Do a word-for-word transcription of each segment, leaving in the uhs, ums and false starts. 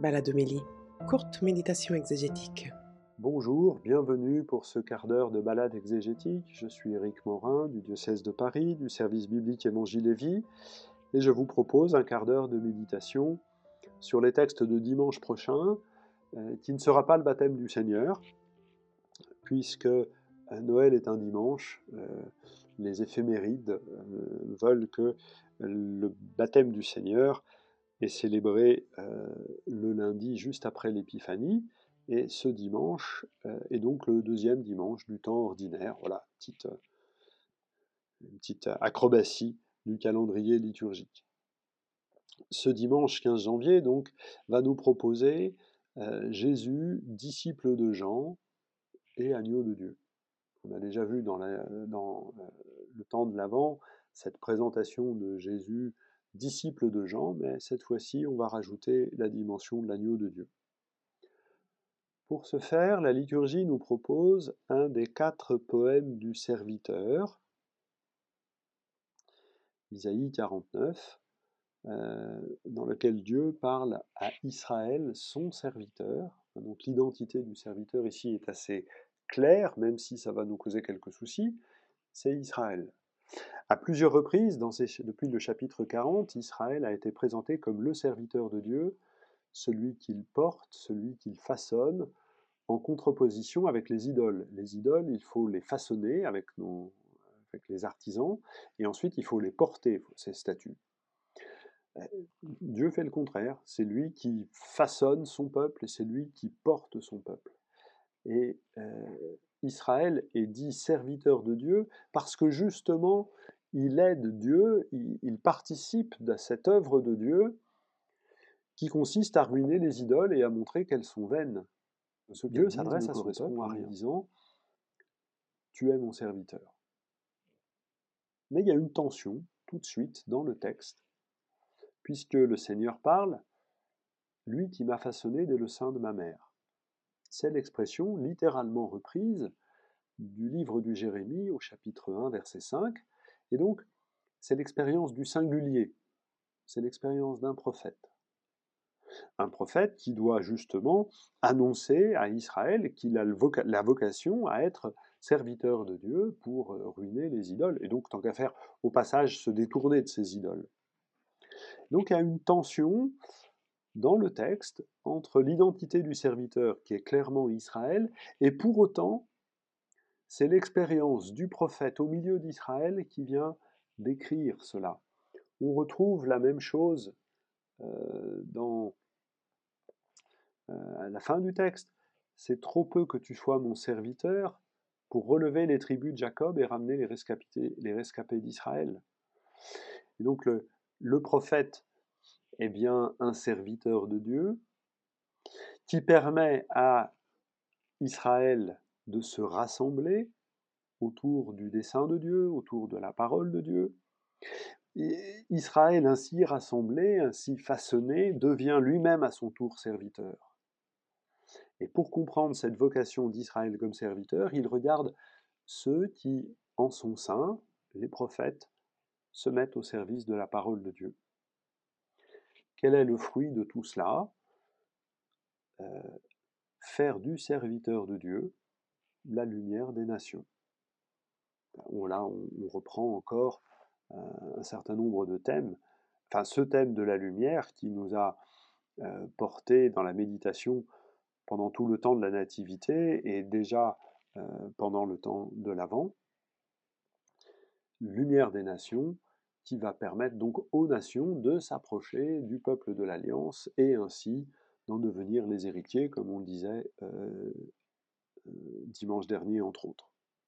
Baladomélie, courte méditation exégétique. Bonjour, bienvenue pour ce quart d'heure de balade exégétique. Je suis Éric Morin du diocèse de Paris, du service biblique Évangile et Vie, et je vous propose un quart d'heure de méditation sur les textes de dimanche prochain, euh, qui ne sera pas le baptême du Seigneur, puisque euh, Noël est un dimanche. Euh, les éphémérides euh, veulent que le baptême du Seigneur est célébré euh, le lundi juste après l'Épiphanie, et ce dimanche euh, est donc le deuxième dimanche du temps ordinaire. Voilà, petite, une petite acrobatie du calendrier liturgique. Ce dimanche quinze janvier, donc, va nous proposer euh, Jésus, disciple de Jean et agneau de Dieu. On a déjà vu dans, la, dans euh, le temps de l'Avent cette présentation de Jésus, disciple de Jean, mais cette fois-ci, on va rajouter la dimension de l'agneau de Dieu. Pour ce faire, la liturgie nous propose un des quatre poèmes du serviteur, Isaïe quarante-neuf, euh, dans lequel Dieu parle à Israël, son serviteur. Donc l'identité du serviteur ici est assez claire, même si ça va nous causer quelques soucis, c'est Israël. À plusieurs reprises, dans ces, depuis le chapitre quarante, Israël a été présenté comme le serviteur de Dieu, celui qu'il porte, celui qu'il façonne, en contreposition avec les idoles. Les idoles, il faut les façonner avec, nos, avec les artisans, et ensuite il faut les porter, ces statues. Dieu fait le contraire, c'est lui qui façonne son peuple et c'est lui qui porte son peuple. Et euh, Israël est dit serviteur de Dieu parce que justement, il aide Dieu, il, il participe à cette œuvre de Dieu qui consiste à ruiner les idoles et à montrer qu'elles sont vaines. Ce Dieu s'adresse à son peuple en lui disant « Tu es mon serviteur ». Mais il y a une tension tout de suite dans le texte, puisque le Seigneur parle « Lui qui m'a façonné dès le sein de ma mère ». C'est l'expression littéralement reprise du livre du Jérémie au chapitre un, verset cinq, et donc c'est l'expérience du singulier, c'est l'expérience d'un prophète. Un prophète qui doit justement annoncer à Israël qu'il a la vocation à être serviteur de Dieu pour ruiner les idoles, et donc tant qu'à faire, au passage, se détourner de ces idoles. Donc il y a une tension dans le texte entre l'identité du serviteur, qui est clairement Israël, et pour autant, c'est l'expérience du prophète au milieu d'Israël qui vient décrire cela. On retrouve la même chose euh, dans euh, à la fin du texte. C'est trop peu que tu sois mon serviteur pour relever les tribus de Jacob et ramener les rescapés, les rescapés d'Israël. Et donc le, le prophète est bien un serviteur de Dieu qui permet à Israël de se rassembler autour du dessein de Dieu, autour de la parole de Dieu. Et Israël ainsi rassemblé, ainsi façonné, devient lui-même à son tour serviteur. Et pour comprendre cette vocation d'Israël comme serviteur, il regarde ceux qui, en son sein, les prophètes, se mettent au service de la parole de Dieu. Quel est le fruit de tout cela ? euh, Faire du serviteur de Dieu la lumière des nations. Là, on, on reprend encore euh, un certain nombre de thèmes. Enfin, ce thème de la lumière qui nous a euh, porté dans la méditation pendant tout le temps de la Nativité et déjà euh, pendant le temps de l'Avent, lumière des nations, qui va permettre donc aux nations de s'approcher du peuple de l'Alliance et ainsi d'en devenir les héritiers, comme on le disait euh, euh, dimanche dernier, entre autres.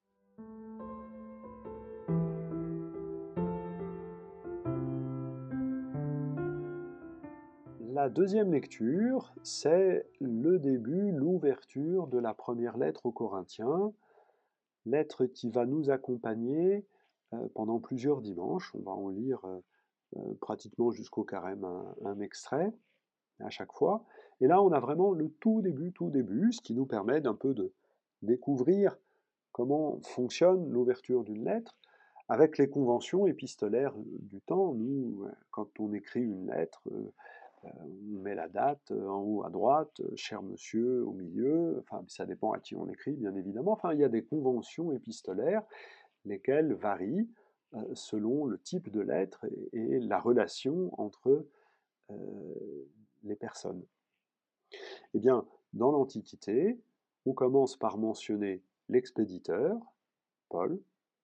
La deuxième lecture, c'est le début, l'ouverture de la première lettre aux Corinthiens, lettre qui va nous accompagner euh, pendant plusieurs dimanches. On va en lire euh, euh, pratiquement jusqu'au carême un, un extrait à chaque fois. Et là, on a vraiment le tout début, tout début, ce qui nous permet d'un peu de découvrir comment fonctionne l'ouverture d'une lettre avec les conventions épistolaires du temps. Nous, quand on écrit une lettre, Euh, on met la date euh, en haut à droite, euh, cher monsieur au milieu, enfin ça dépend à qui on écrit bien évidemment. Enfin il y a des conventions épistolaires lesquelles varient euh, selon le type de lettre et, et la relation entre euh, les personnes. Eh bien, dans l'Antiquité, on commence par mentionner l'expéditeur, Paul,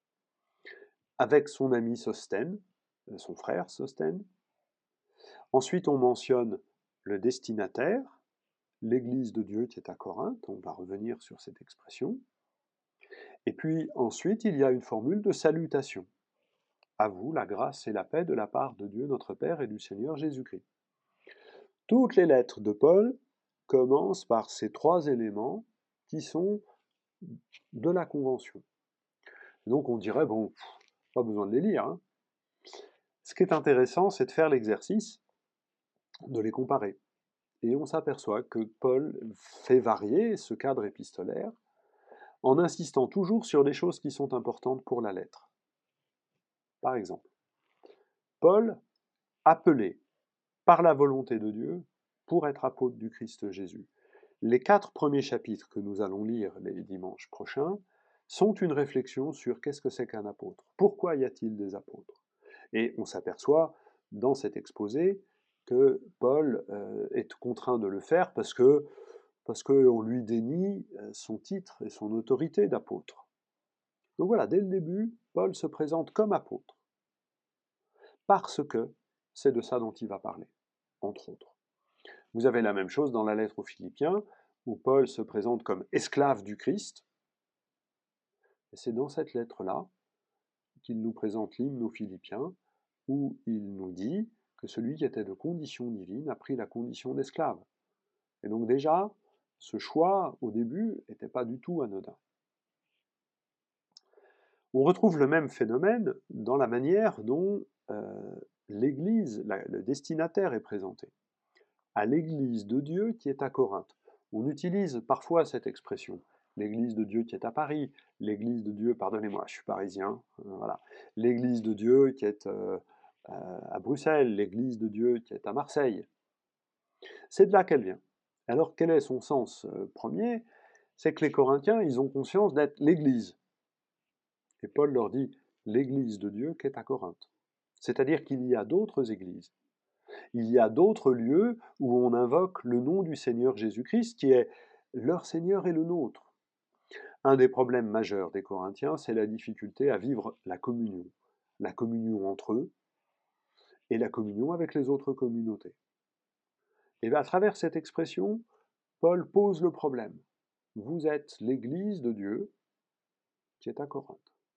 avec son ami Sosthène, son frère Sosthène. Ensuite, on mentionne le destinataire, l'Église de Dieu qui est à Corinthe, on va revenir sur cette expression. Et puis ensuite, il y a une formule de salutation. À vous la grâce et la paix de la part de Dieu notre Père et du Seigneur Jésus-Christ. Toutes les lettres de Paul commencent par ces trois éléments qui sont de la convention. Donc on dirait, bon, pas besoin de les lire. Hein. Ce qui est intéressant, c'est de faire l'exercice de les comparer. Et on s'aperçoit que Paul fait varier ce cadre épistolaire en insistant toujours sur des choses qui sont importantes pour la lettre. Par exemple, Paul, appelé par la volonté de Dieu pour être apôtre du Christ Jésus. Les quatre premiers chapitres que nous allons lire les dimanches prochains sont une réflexion sur qu'est-ce que c'est qu'un apôtre, pourquoi y a-t-il des apôtres. Et on s'aperçoit dans cet exposé que Paul euh, est contraint de le faire parce que parce qu'on lui dénie son titre et son autorité d'apôtre. Donc voilà, dès le début, Paul se présente comme apôtre, parce que c'est de ça dont il va parler, entre autres. Vous avez la même chose dans la lettre aux Philippiens, où Paul se présente comme esclave du Christ, et c'est dans cette lettre-là qu'il nous présente l'hymne aux Philippiens, où il nous dit que celui qui était de condition divine a pris la condition d'esclave. Et donc déjà, ce choix, au début, n'était pas du tout anodin. On retrouve le même phénomène dans la manière dont euh, l'Église, la, le destinataire est présenté. À l'Église de Dieu qui est à Corinthe. On utilise parfois cette expression. L'Église de Dieu qui est à Paris, l'Église de Dieu, pardonnez-moi, je suis parisien, euh, voilà. L'Église de Dieu qui est euh, à Bruxelles, l'Église de Dieu qui est à Marseille. C'est de là qu'elle vient. Alors quel est son sens euh, premier? C'est que les Corinthiens, ils ont conscience d'être l'Église. Et Paul leur dit, l'Église de Dieu qui est à Corinthe. C'est-à-dire qu'il y a d'autres églises. Il y a d'autres lieux où on invoque le nom du Seigneur Jésus-Christ, qui est leur Seigneur et le nôtre. Un des problèmes majeurs des Corinthiens, c'est la difficulté à vivre la communion. La communion entre eux et la communion avec les autres communautés. Et à travers cette expression, Paul pose le problème. Vous êtes l'Église de Dieu qui est à Corinthe.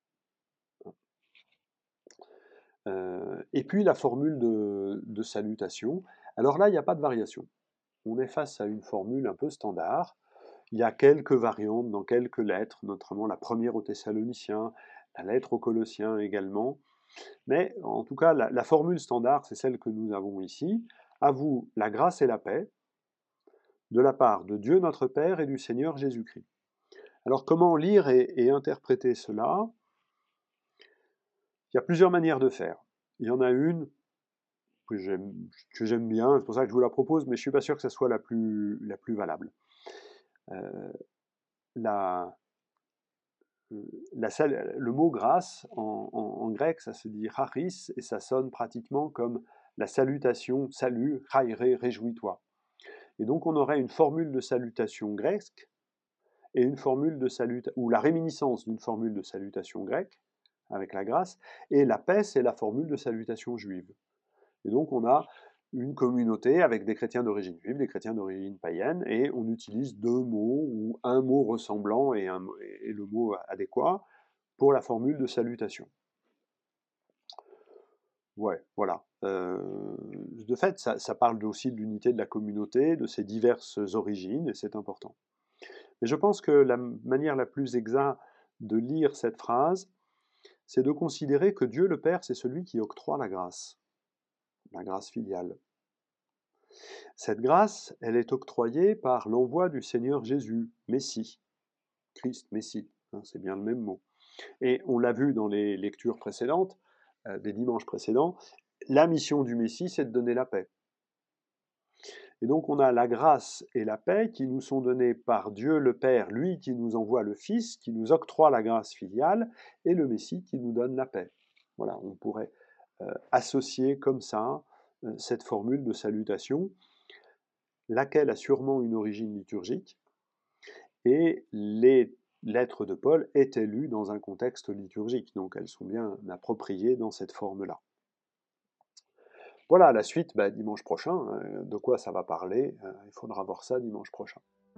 Euh, et puis la formule de, de salutation. Alors là, il n'y a pas de variation. On est face à une formule un peu standard. Il y a quelques variantes dans quelques lettres, notamment la première aux Thessaloniciens, la lettre aux Colossiens également. Mais en tout cas, la, la formule standard, c'est celle que nous avons ici. À vous la grâce et la paix de la part de Dieu notre Père et du Seigneur Jésus-Christ. Alors comment lire et, et interpréter cela? Il y a plusieurs manières de faire. Il y en a une que j'aime, que j'aime bien, c'est pour ça que je vous la propose, mais je ne suis pas sûr que ce soit la plus, la plus valable. Euh, la, la, le mot grâce, en, en, en grec, ça se dit charis, et ça sonne pratiquement comme la salutation, salut, chaire, réjouis-toi. Et donc on aurait une formule de salutation grecque, et une formule de salut, ou la réminiscence d'une formule de salutation grecque, avec la grâce, et la paix, c'est la formule de salutation juive. Et donc on a une communauté avec des chrétiens d'origine juive, des chrétiens d'origine païenne, et on utilise deux mots, ou un mot ressemblant et, un, et le mot adéquat, pour la formule de salutation. Ouais, voilà. Euh, de fait, ça, ça parle aussi de l'unité de la communauté, de ses diverses origines, et c'est important. Mais je pense que la manière la plus exacte de lire cette phrase, c'est de considérer que Dieu le Père, c'est celui qui octroie la grâce, la grâce filiale. Cette grâce, elle est octroyée par l'envoi du Seigneur Jésus, Messie, Christ, Messie, hein, c'est bien le même mot. Et on l'a vu dans les lectures précédentes, euh, des dimanches précédents, la mission du Messie, c'est de donner la paix. Et donc on a la grâce et la paix qui nous sont données par Dieu le Père, lui qui nous envoie le Fils, qui nous octroie la grâce filiale, et le Messie qui nous donne la paix. Voilà, on pourrait euh, associer comme ça euh, cette formule de salutation, laquelle a sûrement une origine liturgique, et les lettres de Paul étaient lues dans un contexte liturgique, donc elles sont bien appropriées dans cette forme-là. Voilà, la suite, bah, dimanche prochain, euh, de quoi ça va parler, euh, il faudra voir ça dimanche prochain.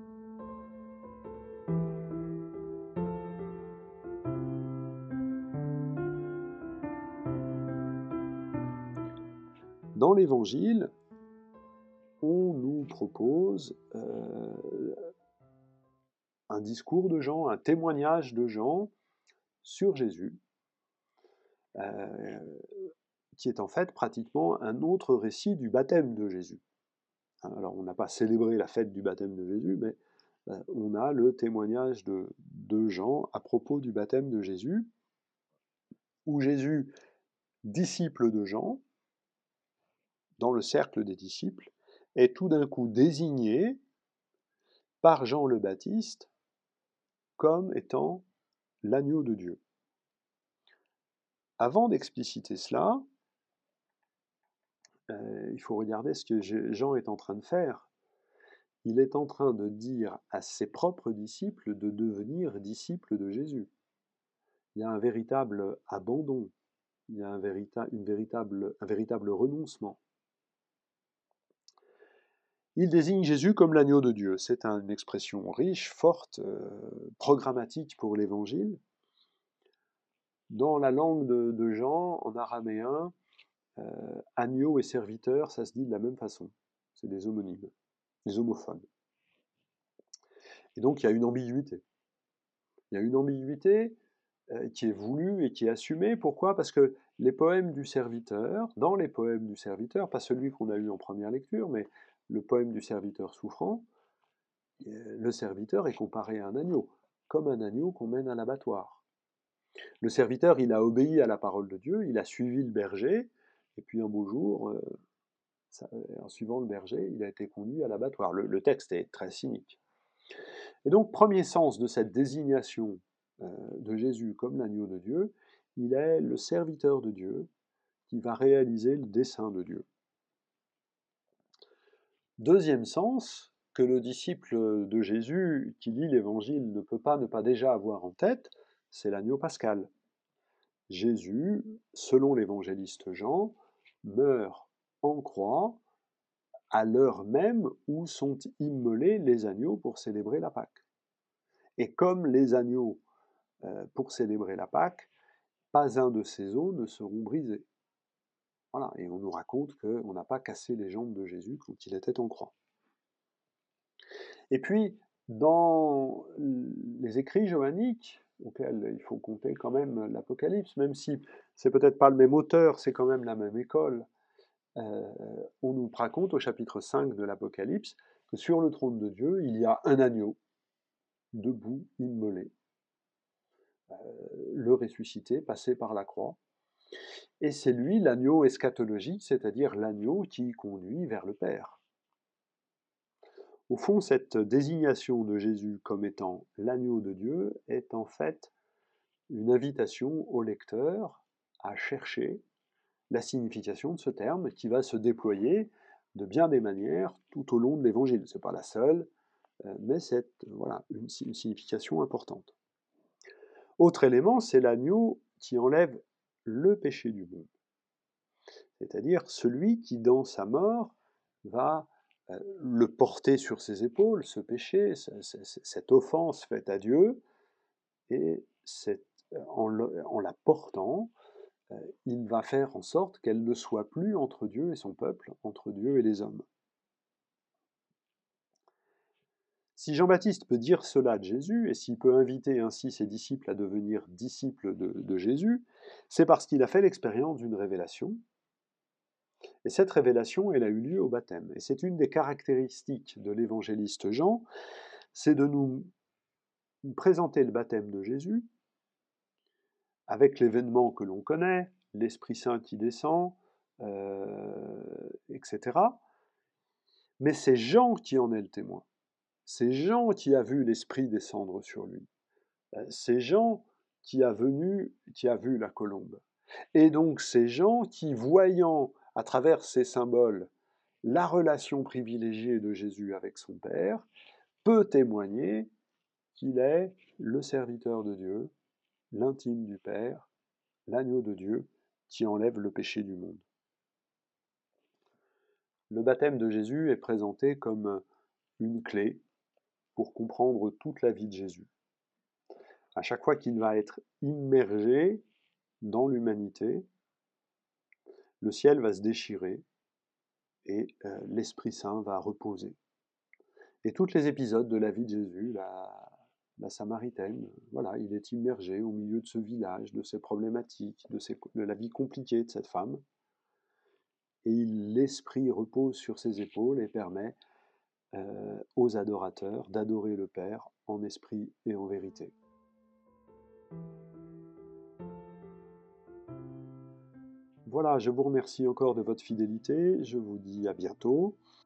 Dans l'Évangile, on nous propose euh, un discours de Jean, un témoignage de Jean sur Jésus, euh, qui est en fait pratiquement un autre récit du baptême de Jésus. Alors on n'a pas célébré la fête du baptême de Jésus, mais euh, on a le témoignage de, de Jean à propos du baptême de Jésus, où Jésus, disciple de Jean, dans le cercle des disciples, est tout d'un coup désigné par Jean le Baptiste comme étant l'agneau de Dieu. Avant d'expliciter cela, euh, il faut regarder ce que Jean est en train de faire. Il est en train de dire à ses propres disciples de devenir disciples de Jésus. Il y a un véritable abandon, il y a un, vérita une véritable, un véritable renoncement. Il désigne Jésus comme l'agneau de Dieu. C'est une expression riche, forte, euh, programmatique pour l'Évangile. Dans la langue de, de Jean, en araméen, euh, agneau et serviteur, ça se dit de la même façon. C'est des homonymes, des homophones. Et donc il y a une ambiguïté. Il y a une ambiguïté euh, qui est voulue et qui est assumée. Pourquoi? Parce que les poèmes du serviteur, dans les poèmes du serviteur, pas celui qu'on a eu en première lecture, mais le poème du serviteur souffrant, le serviteur est comparé à un agneau, comme un agneau qu'on mène à l'abattoir. Le serviteur, il a obéi à la parole de Dieu, il a suivi le berger, et puis un beau jour, euh, ça, en suivant le berger, il a été conduit à l'abattoir. Le, le texte est très cynique. Et donc, premier sens de cette désignation euh, de Jésus comme l'agneau de Dieu, il est le serviteur de Dieu qui va réaliser le dessein de Dieu. Deuxième sens, que le disciple de Jésus qui lit l'Évangile ne peut pas ne pas déjà avoir en tête, c'est l'agneau pascal. Jésus, selon l'évangéliste Jean, meurt en croix à l'heure même où sont immolés les agneaux pour célébrer la Pâque. Et comme les agneaux euh, pour célébrer la Pâque, pas un de ces os ne seront brisés. Voilà, et on nous raconte qu'on n'a pas cassé les jambes de Jésus quand il était en croix. Et puis, dans les écrits johanniques, auxquels il faut compter quand même l'Apocalypse, même si c'est peut-être pas le même auteur, c'est quand même la même école, euh, on nous raconte au chapitre cinq de l'Apocalypse que sur le trône de Dieu, il y a un agneau, debout, immolé, euh, le ressuscité, passé par la croix, et c'est lui l'agneau eschatologique, c'est-à-dire l'agneau qui conduit vers le Père. Au fond, cette désignation de Jésus comme étant l'agneau de Dieu est en fait une invitation au lecteur à chercher la signification de ce terme qui va se déployer de bien des manières tout au long de l'Évangile. Ce n'est pas la seule, mais c'est voilà, une, une signification importante. Autre élément, c'est l'agneau qui enlève le péché du monde. C'est-à-dire celui qui, dans sa mort, va le porter sur ses épaules, ce péché, cette offense faite à Dieu, et cette, en, le, en la portant, il va faire en sorte qu'elle ne soit plus entre Dieu et son peuple, entre Dieu et les hommes. Si Jean-Baptiste peut dire cela de Jésus, et s'il peut inviter ainsi ses disciples à devenir disciples de, de Jésus, c'est parce qu'il a fait l'expérience d'une révélation. Et cette révélation, elle a eu lieu au baptême. Et c'est une des caractéristiques de l'évangéliste Jean, c'est de nous présenter le baptême de Jésus avec l'événement que l'on connaît, l'Esprit Saint qui descend, euh, et cetera. Mais c'est Jean qui en est le témoin. C'est Jean qui a vu l'Esprit descendre sur lui. C'est Jean qui a, venu, qui a vu la colombe. Et donc c'est Jean qui, voyant à travers ces symboles la relation privilégiée de Jésus avec son Père, peut témoigner qu'il est le serviteur de Dieu, l'intime du Père, l'agneau de Dieu qui enlève le péché du monde. Le baptême de Jésus est présenté comme une clé pour comprendre toute la vie de Jésus. À chaque fois qu'il va être immergé dans l'humanité, le ciel va se déchirer et euh, l'Esprit Saint va reposer. Et tous les épisodes de la vie de Jésus, la, la Samaritaine, voilà, il est immergé au milieu de ce village, de ses problématiques, de, ses, de la vie compliquée de cette femme. Et l'Esprit repose sur ses épaules et permet euh, aux adorateurs d'adorer le Père en esprit et en vérité. Voilà, je vous remercie encore de votre fidélité, je vous dis à bientôt.